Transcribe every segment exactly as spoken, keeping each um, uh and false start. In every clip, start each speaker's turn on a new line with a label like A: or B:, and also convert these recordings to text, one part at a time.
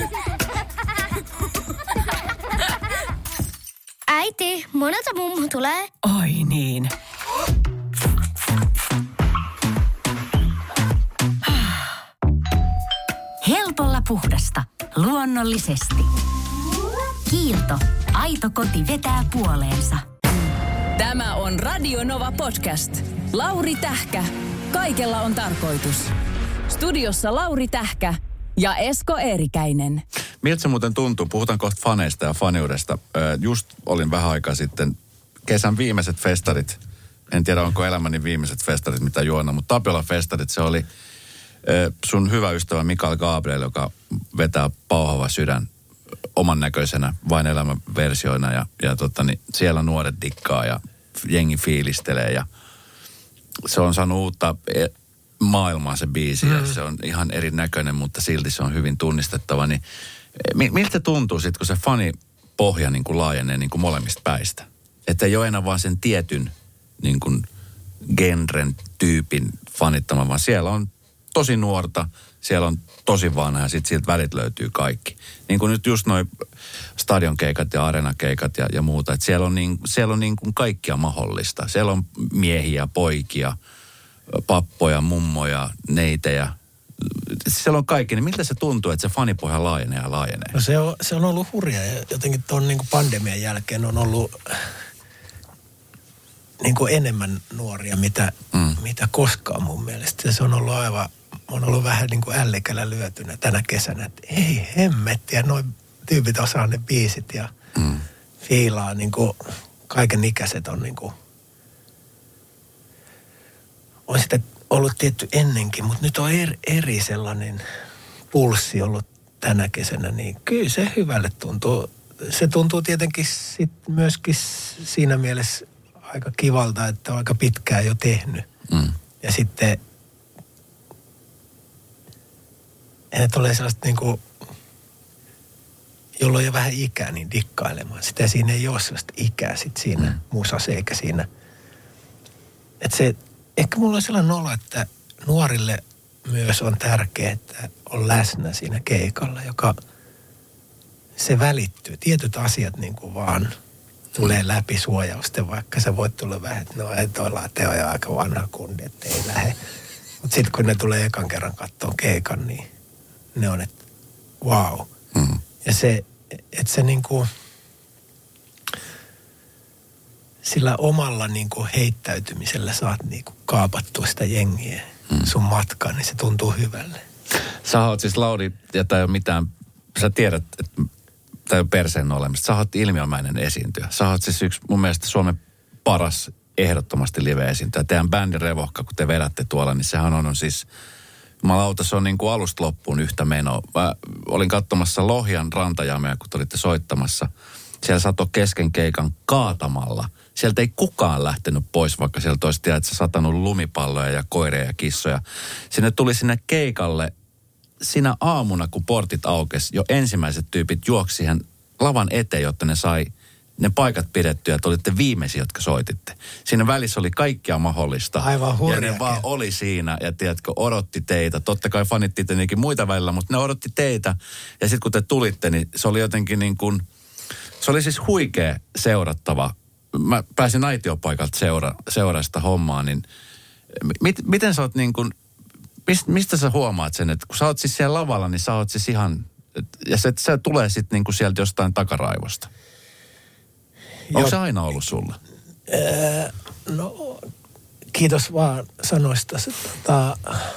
A: Äiti, monelta mummu tulee?
B: Oi niin. Helpolla puhdasta. Luonnollisesti. Kiilto. Aito koti vetää puoleensa.
C: Tämä on Radio Nova Podcast. Lauri Tähkä. Kaikella on tarkoitus. Studiossa Lauri Tähkä ja Esko Eerikäinen.
D: Miltä se muuten tuntuu? Puhutaan kohta faneista ja faniudesta. Just olin vähän aikaa sitten kesän viimeiset festarit. En tiedä, onko elämäni viimeiset festarit, mitä juona, mutta Tapiolan festarit, se oli sun hyvä ystävä Mikael Gabriel, joka vetää Pauhava sydän oman näköisenä vain elämän versioina. Ja, ja tota, niin siellä nuoret dikkaa ja jengi fiilistelee ja se on saanut uutta maailmaa se biisi mm. ja se on ihan erinäköinen, mutta silti se on hyvin tunnistettava. Niin, miltä tuntuu sitten, kun se fanipohja niin kuin laajenee niin kuin molemmista päistä? Että ei ole enää vaan sen tietyn niin kuin genren tyypin fanittama, vaan siellä on tosi nuorta, siellä on tosi vanha ja sitten siltä välit löytyy kaikki. Niin kuin nyt just noi stadionkeikat ja areenakeikat ja, ja muuta. Että siellä on, niin, siellä on niin kuin kaikkia mahdollista. Siellä on miehiä, poikia, pappoja, mummoja, neitejä. Siellä on kaikki. Niin miltä se tuntuu, että se fanipohja laajenee ja laajenee?
E: No se on, se on ollut hurjaa ja jotenkin tuon niin kuin pandemian jälkeen on ollut niin kuin enemmän nuoria, mitä, mm. mitä koskaan mun mielestä. Ja se on ollut aivan, on ollut vähän niin kuin ällikällä lyötynä tänä kesänä, että ei hemmettiä, noin tyypit osaa ne biisit ja mm. fiilaa niin kuin kaiken ikäiset on niin kuin, on sitä ollut tietty ennenkin, mutta nyt on eri, eri sellainen pulssi ollut tänä kesänä, niin kyllä se hyvälle tuntuu. Se tuntuu tietenkin sit myöskin siinä mielessä aika kivalta, että on aika pitkään jo tehnyt. Mm. Ja sitten ne tulee sellaista niin kuin, jolloin on jo vähän ikää, niin dikkailemaan. Sitä siinä ei ole sellaista ikää sit siinä mm. musassa eikä siinä. Että se, ehkä mulla on sellainen olo, että nuorille myös on tärkeää, että on läsnä siinä keikalla, joka se välittyy. Tietyt asiat niin kuin vaan tulee läpi suojausten, vaikka sä voit tulla vähän, että no ei toi laate on jo aika vanha kundi, että ei lähde. Mutta sitten kun ne tulee ekan kerran kattoon keikan, niin ne on, että wow. Mm. Ja se, että se niinku, sillä omalla niinku heittäytymisellä saat niinku kaapattua sitä jengiä mm. sun matkaan, niin se tuntuu hyvälle.
D: Sä oot siis Lauri, ja tää ei ole mitään, sä tiedät, että tää ei ole perseen olemista. Sä oot ilmiömäinen esiintyjä. Sä oot siis yksi mun mielestä Suomen paras ehdottomasti live-esiintyjä. Teidän bändin Revohka, kun te vedätte tuolla, niin sehän on, on siis, jumalauta, se on niin kuin alusta loppuun yhtä menoa. Mä olin katsomassa Lohjan rantajamea, kun te olitte soittamassa. Siellä sato kesken keikan kaatamalla. Sieltä ei kukaan lähtenyt pois, vaikka sieltä olisi tiedä, että se satanut lumipalloja ja koireja ja kissoja. Sinne tuli sinne keikalle sinä aamuna, kun portit aukesi, jo ensimmäiset tyypit juoksi siihen lavan eteen, jotta ne sai ne paikat pidettyä, että olitte viimeisiä, jotka soititte. Siinä välissä oli kaikkea mahdollista.
E: Aivan hurjaa.
D: Ja ne vaan oli siinä ja tiedätkö, odotti teitä. Totta kai fanitti tietenkin muita välillä, mutta ne odotti teitä. Ja sitten kun te tulitte, niin se oli jotenkin niin kuin, se oli siis huikea seurattava. Mä pääsin aitiopaikalta seura, seuraista hommaa, niin mit, miten sä oot niin kuin, mist, mistä sä huomaat sen, että kun sä oot siis siellä lavalla, niin sä oot siis ihan, ja se, se tulee sitten niin kuin sieltä jostain takaraivosta. Onko se aina ollut sulla?
E: Öö, no, kiitos vaan sanoista. Tota,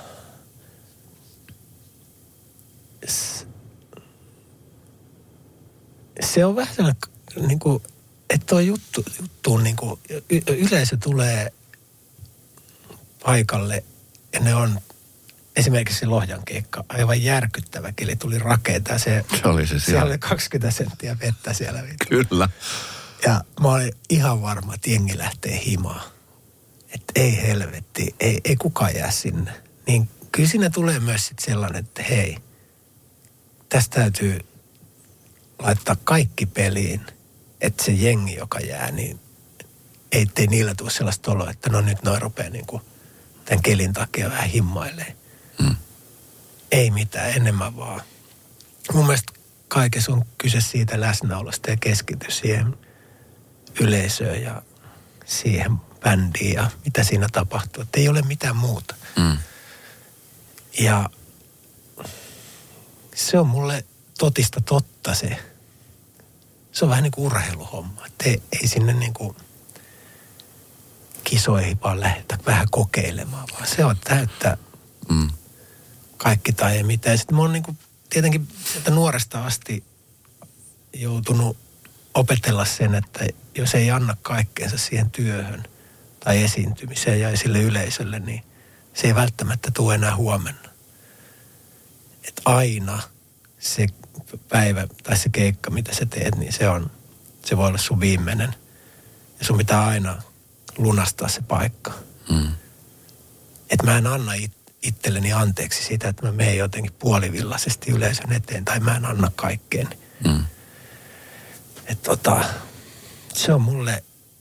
E: se on vähän sellainen, niin kuin, että tuo juttu, juttu niin kuin, yleisö tulee paikalle ja ne on esimerkiksi se Lohjan keikka, aivan järkyttävä keli, tuli rakeita. Se,
D: se oli se siellä.
E: Siellä oli kaksikymmentä senttiä vettä siellä.
D: Kyllä.
E: Ja mä olin ihan varma, että jengi lähtee himaan. Että ei helvetti, ei, ei kukaan jää sinne. Niin kyllä siinä tulee myös sit sellainen, että hei, tästä täytyy laittaa kaikki peliin, että se jengi, joka jää, niin ei tee niillä tule sellaista oloa, että no nyt noin rupeaa niin kuin tämän kelin takia vähän himmailee. Mm. Ei mitään, enemmän vaan mun mielestä kaikessa on kyse siitä läsnäolosta ja keskitys siihen yleisöön ja siihen bändiin ja mitä siinä tapahtuu. Että ei ole mitään muuta.
D: Mm.
E: Ja se on mulle totista totta se. Se on vähän niin kuin urheiluhomma. Että ei, ei sinne niin kuin kisoihin vaan lähdetä vähän kokeilemaan, vaan se on täyttä
D: Mm.
E: kaikki tai ei mitään. Ja sitten mä oon niin kuin tietenkin sieltä nuoresta asti joutunut opetella sen, että jos ei anna kaikkeensa siihen työhön tai esiintymiseen ja sille yleisölle, niin se ei välttämättä tule enää huomenna. Että aina se päivä tai se keikka, mitä sä teet, niin se on, se voi olla sun viimeinen. Ja sun pitää aina lunastaa se paikka.
D: Mm.
E: Että mä en anna it, itselleni anteeksi sitä, että mä menen jotenkin puolivillaisesti yleisön eteen tai mä en anna kaikkeen.
D: Mm.
E: Että tota, se on mulle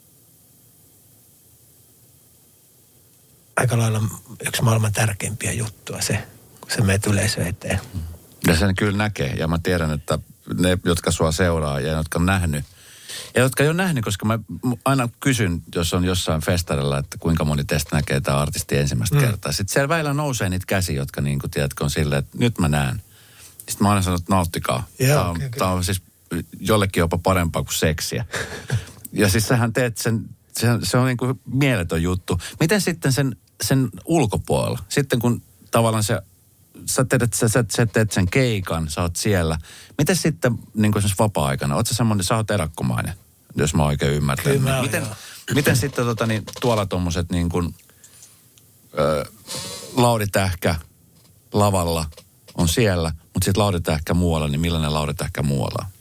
E: aika lailla yksi maailman tärkeimpiä juttuja se, kun sä menet yleisön eteen.
D: Ja sen kyllä näkee. Ja mä tiedän, että ne, jotka sua seuraa ja jotka on nähnyt, ja jotka ei ole nähnyt, koska mä aina kysyn, jos on jossain festarilla, että kuinka moni teistä näkee tämä artisti ensimmäistä mm. kertaa. Sitten siellä väillä nousee niitä käsiä, jotka niin kuin tiedätkö on silleen, että nyt mä näen. Sitten mä aina sanon, että nauttikaa.
E: Joo,
D: tämä, on, tämä on siis jollekin jopa parempaa kuin seksiä. Ja siis sähän teet sen, se, se on niin kuin mieletön juttu. Miten sitten sen, sen ulkopuolella? Sitten kun tavallaan se, sä teet, sä, sä, sä teet sen keikan, sä oot siellä. Miten sitten niin kuin esimerkiksi vapaa-aikana? Oot sä semmoinen, sä oot erakkomainen, jos mä oikein ymmärtänyt.
E: Kyllä,
D: miten,
E: joo.
D: miten sitten tota, niin, tuolla tommoset niin kuin ö, Lauri Tähkä lavalla on siellä, mutta sitten Lauri Tähkä muualla, niin millainen Lauri Tähkä muualla on?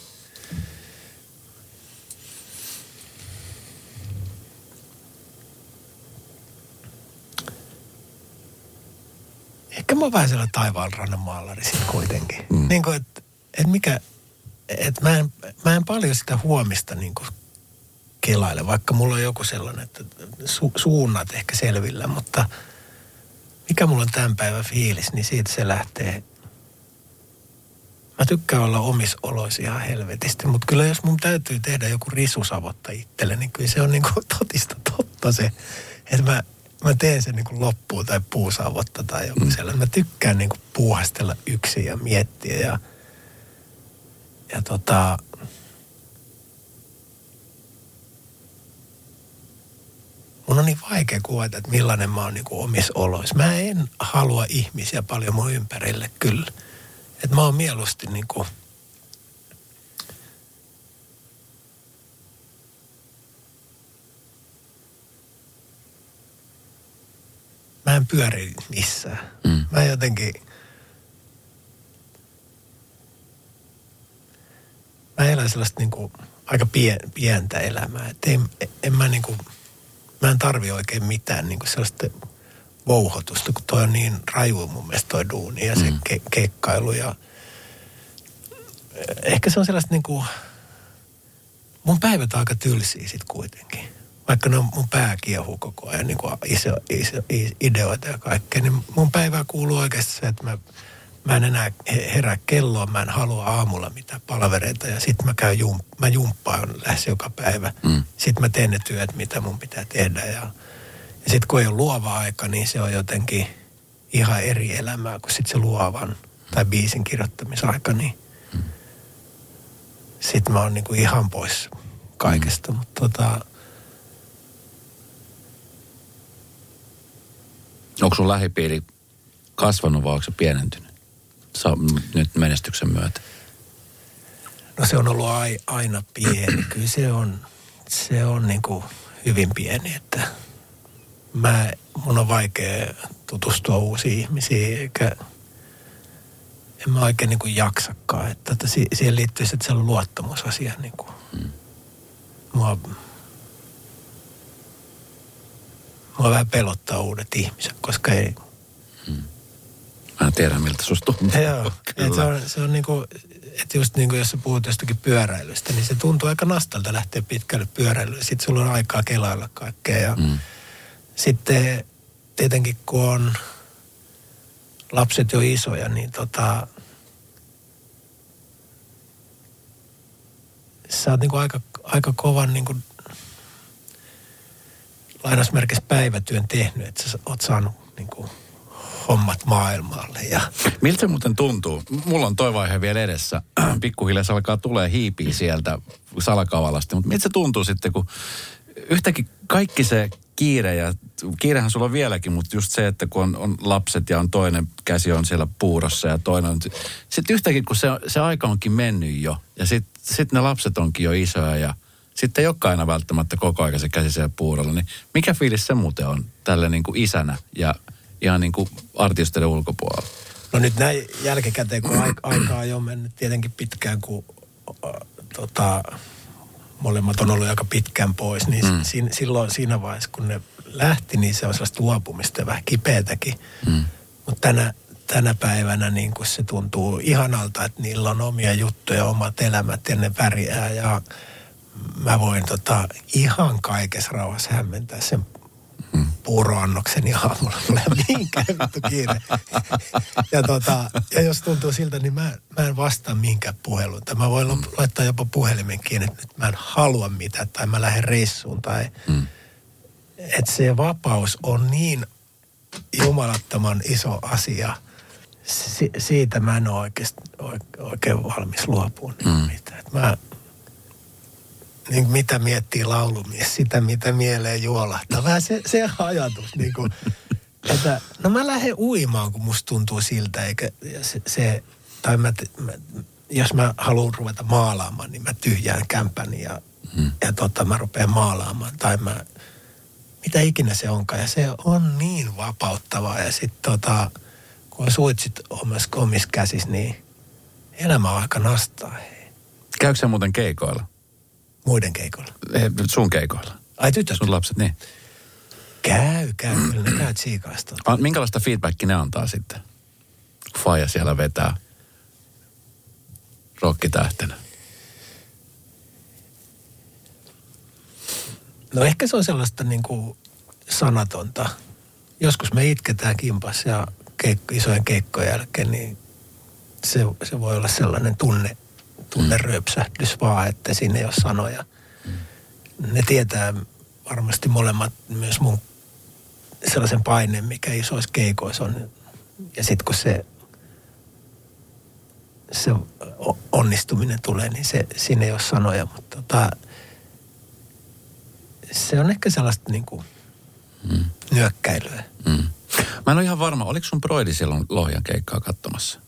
E: Ehkä mä oon vähän sellainen taivaanrannan maalari sitten kuitenkin.
D: Mm.
E: Niin kuin, että et mikä, että mä en, mä en paljon sitä huomista niin kuin kelaile, vaikka mulla on joku sellainen, että su, suunnat ehkä selvillä, mutta mikä mulla on tämän päivän fiilis, niin siitä se lähtee. Mä tykkään olla omissa oloissa ihan helvetisti, mutta kyllä jos mun täytyy tehdä joku risusavotta itselle, niin kyllä se on niin kuin totista totta se, että mä Mä teen sen niin kuin loppuun tai puusavotta tai joku mm. sellainen. Mä tykkään niin kuin puuhastella yksin ja miettiä ja, ja tota... Mun on niin vaikea kuvata, että millainen mä oon niin kuin omissa oloissa. Mä en halua ihmisiä paljon mun ympärille kyllä. Että mä oon mieluusti niin kuin... Mä en pyöri missään. Mm. Mä jotenkin... Mä elän sellaista niinku aika pien, pientä elämää. Et ei, en mä niinku... Mä en tarvi oikein mitään niinku sellaista vouhotusta, kun toi on niin raju mun mielestä toi duuni ja se mm. ke, keikkailu ja... Ehkä se on sellaista niinku... Mun päivät on aika tylsiä sit kuitenkin. Vaikka ne on, mun pää kiehuu koko ajan niin kuin iso, iso, ideoita ja kaikkea, niin mun päivää kuuluu oikeasti se, että mä, mä en enää herää kelloa, mä en halua aamulla mitään palavereita ja sit mä käyn jum, mä jumppaan lähes joka päivä. Mm. Sit mä teen ne työt, mitä mun pitää tehdä ja, ja sit kun ei ole luova aika, niin se on jotenkin ihan eri elämää kuin sit se luovan tai biisin kirjoittamisaika, niin mm. sit mä oon niin kuin ihan pois kaikesta, mm. mutta tota...
D: Onko sun lähipiiri kasvanut vai onko se pienentynyt Sa- nyt menestyksen myötä?
E: No se on ollut ai, aina pieni. Kyllä se on, se on niin kuin hyvin pieni, että mä, mun on vaikea tutustua uusiin ihmisiin, eikä en mä oikein niin kuin jaksakaan. Että, että siihen liittyy se, että se on luottamusasia. Niin kuin. Hmm. Mua, mua vähän pelottaa uudet ihmiset, koska ei...
D: Hmm. Mä en tiedä, miltä susta tuntuu.
E: Joo, että se on, se on niin kuin, että just niin kuin jos sä puhut jostakin pyöräilystä, niin se tuntuu aika nastalta lähteä pitkälle pyöräilylle. Sitten sulla on aikaa kelailla kaikkea. Ja mm. sitten tietenkin kun on lapset jo isoja, niin tota, sä oot niin kuin aika, aika kovan niin kuin lainausmerkissä päivätyön tehnyt, että sä oot saanut niin kuin hommat maailmalle. Ja
D: miltä se muuten tuntuu? Mulla on toi vaihe vielä edessä. Pikkuhiljaa se alkaa tulee hiipiä sieltä salakavalasti. Mutta miltä se tuntuu sitten, kun yhtäkkiä kaikki se kiire, ja kiirehän sulla on vieläkin, mutta just se, että kun on, on lapset ja on toinen käsi on siellä puurossa ja toinen on... Sitten yhtäkkiä, kun se, se aika onkin mennyt jo, ja sitten sit ne lapset onkin jo isoja, ja sitten ei olekaan aina välttämättä koko ajan se käsi siellä puurolla, niin mikä fiilis se muuten on tälle niin kuin isänä ja ihan niin kuin artisteiden ulkopuolella? No
E: nyt näin jälkikäteen, kun aikaa ei ole mennyt tietenkin pitkään, kun äh, tota, molemmat on ollut aika pitkään pois, niin mm. si, silloin siinä vaiheessa, kun ne lähti, niin se on sellaista luopumista ja vähän kipeätäkin. Mm. Mutta tänä, tänä päivänä niin kun se tuntuu ihanalta, että niillä on omia juttuja, omat elämät ja ne pärjää. Ja mä voin tota, ihan kaikessa rauhassa hämmentää sen mm. puuroannoksen ja aamulla. Mulla ei ole mihinkään vittu kiire. Ja, tota, ja jos tuntuu siltä, niin mä, mä en vastaa mihinkään puheluun. Tai mä voin mm. laittaa jopa puhelimen kiinni, että nyt mä en halua mitään tai mä lähden reissuun. Tai, mm. että se vapaus on niin jumalattoman iso asia. Si- siitä mä en ole oikeasti, oikein valmis luopumaan. Mm. Mitään. Mä, niin mitä miettii laulumies, sitä mitä mieleen juolahtaa. Vähän se, se ajatus, niin kuin, että no mä lähden uimaan, kun musta tuntuu siltä, eikä se, se tai mä, mä, jos mä haluan ruveta maalaamaan, niin mä tyhjään kämpäni ja, hmm. ja tota, mä rupean maalaamaan, tai mä, mitä ikinä se onkaan, ja se on niin vapauttavaa, ja sitten tota, kun on suitsit omissa, omissa käsissä, niin elämä on aika nastaa. Hei.
D: Käykö sä muuten keikoilla?
E: Muiden keikoilla.
D: Sun keikoilla.
E: Ai tytöt?
D: Sun lapset, niin.
E: Käy, käy. Kyllä ne käy tsiikaista.
D: Minkälaista feedbackia ne antaa sitten? Faija siellä vetää rokkitähtenä.
E: No ehkä se on sellaista niin kuin sanatonta. Joskus me itketään kimpas ja keikko, isojen keikkojen jälkeen, niin se, se voi olla sellainen tunne, tunneröpsähdys vaan, että siinä ei ole sanoja. Mm. Ne tietää varmasti molemmat myös mun sellaisen paineen, mikä isoissa keikoissa on. Ja sitten kun se, se onnistuminen tulee, niin se, siinä ei ole sanoja. Mutta tota, se on ehkä sellaista niin kuin mm. nyökkäilyä.
D: Mm. Mä en ole ihan varma, oliko sun broidi silloin Lohjan keikkaa katsomassa?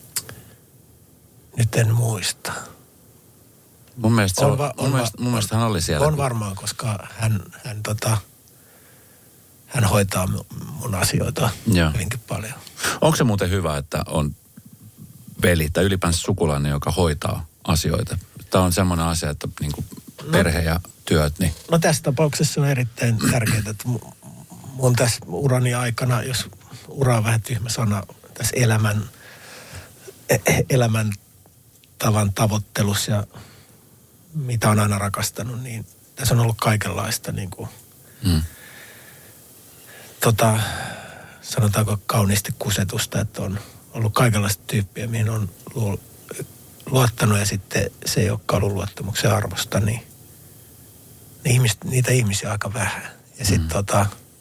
E: Nyt en muista.
D: Mun mielestä,
E: on
D: on,
E: va-
D: mun
E: on
D: mielestä,
E: va-
D: mun mielestä hän oli siellä.
E: On
D: kun...
E: varmaan, koska hän, hän, tota, hän hoitaa mun asioita Joo. hyvinkin paljon.
D: Onko se muuten hyvä, että on veli tai ylipäänsä sukulainen, joka hoitaa asioita? Tämä on semmoinen asia, että niin kuin perhe ja työt, niin...
E: No tässä tapauksessa on erittäin tärkeää, että mun tässä urani aikana, jos ura on vähän tyhmä sana, tässä elämän, elämän tavan tavoittelussa ja mitä on aina rakastanut, niin tässä on ollut kaikenlaista niin kuin, mm. tota, sanotaanko kauniisti kusetusta, että on ollut kaikenlaista tyyppiä, mihin on luottanut ja sitten se ei olekaan ollut luottamuksen arvosta, niin ne ihmiset, niitä ihmisiä on aika vähän. Ja sitten mm. tota,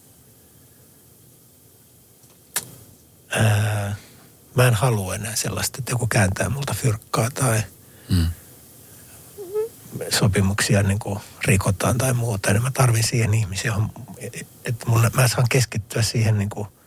E: ää, mä en halua enää sellaista, että joku kääntää multa fyrkkaa tai mm. sopimuksia niin kuin rikotaan tai muuta. Ja mä tarvin siihen ihmisiä, että mun, mä saan keskittyä siihen niin kuin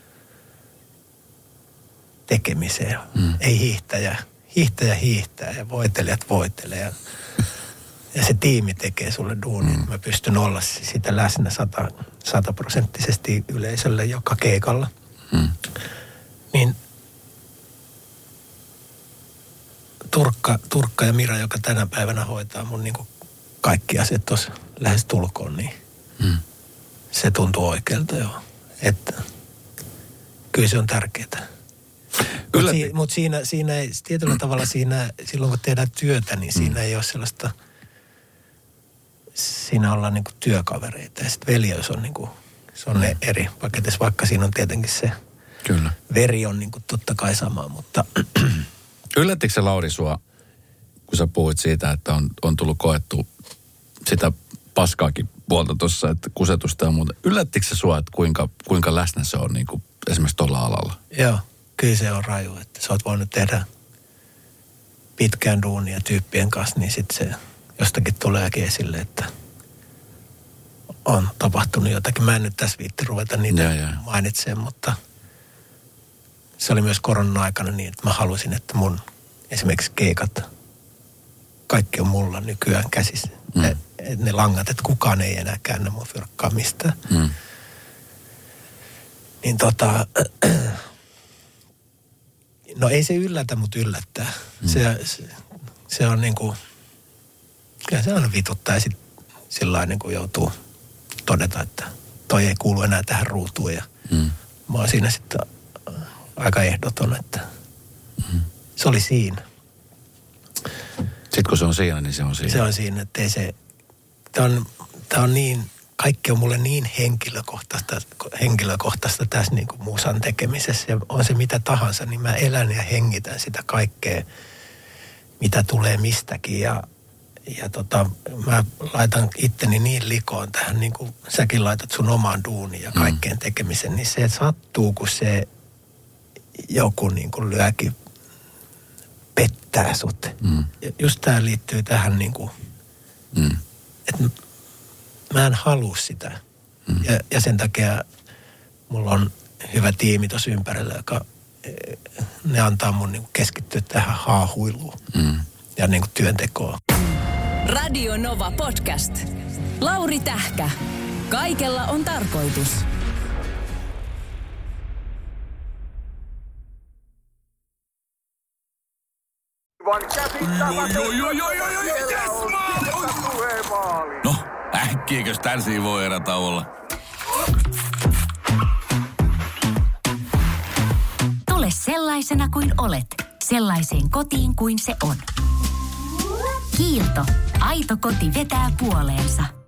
E: tekemiseen. Mm. Ei hiihtäjä. Hiihtäjä hiihtää ja voitelijat voitelee. Ja, ja se tiimi tekee sulle duunin. Mm. Mä pystyn olla sitä läsnä sata, sataprosenttisesti yleisölle joka keikalla. Mm. Niin Turkka, Turkka ja Mira, joka tänä päivänä hoitaa mun niin kuin kaikki asiat tuossa lähes tulkoon, niin mm. se tuntuu oikealta joo. Että kyllä se on tärkeää. Mutta si, mut siinä, siinä ei, tietyllä tavalla siinä, silloin kun tehdään työtä, niin siinä mm. ei ole sellaista, siinä ollaan niin kuin työkavereita. Ja sitten veljeys on niin kuin, se on mm. ne eri paketeissa, vaikka siinä on tietenkin se
D: Kyllä.
E: veri on niin kuin totta kai sama, mutta...
D: Yllättikö se Lauri sua, kun sä puhuit siitä, että on, on tullut koettu sitä paskaakin puolta tuossa, että kusetusta ja muuta. Yllättikö se sua, että kuinka, kuinka läsnä se on niin kuin esimerkiksi tuolla alalla?
E: Joo, kyllä se on raju, että sä oot voinut tehdä pitkään duunia tyyppien kanssa, niin sitten se jostakin tuleekin esille, että on tapahtunut jotakin. Mä en nyt tässä viitti ruveta niitä ja, ja. mainitsemaan, mutta se oli myös koronan aikana niin, että mä halusin, että mun esimerkiksi keikat, kaikki on mulla nykyään käsissä. Mm. Ne, ne langat, että kukaan ei enää käännä mun fyrkkaa mistään. Mm. Niin tota, no ei se yllätä, mutta yllättää. Mm. Se, se, se on niinku, kyllä se aina vituttaa ja sit sillä lailla niinku joutuu todeta, että toi ei kuulu enää tähän ruutuun. Ja mm. mä oon siinä sitten aika ehdoton, että mm. se oli siinä.
D: Sitten kun se on siinä, niin se on siinä.
E: Se on siinä, että ei se, tää on, tää on niin, kaikki on mulle niin henkilökohtaista, henkilökohtaista tässä niin kuin musan tekemisessä. Ja on se mitä tahansa, niin mä elän ja hengitän sitä kaikkea, mitä tulee mistäkin. Ja, ja tota, mä laitan itteni niin likoon tähän, niin kuin säkin laitat sun omaan duuniin ja kaikkeen tekemisen. Niin se sattuu, kun se joku niin kuin lyökin pettää sut. Mm. Just tää liittyy tähän niin kuin, mm. että mä en halua sitä. Mm. Ja, ja sen takia mulla on hyvä tiimi tuossa ympärillä, joka ne antaa mun niin kuin keskittyä tähän haahuiluun mm. ja niin kuin työntekoon.
C: Radio Nova Podcast. Lauri Tähkä. Kaikella on tarkoitus.
F: No, äkkiäkös tän voi erätä olla?
B: Tule sellaisena kuin olet, sellaiseen kotiin kuin se on. Kiilto. Aito koti vetää puoleensa.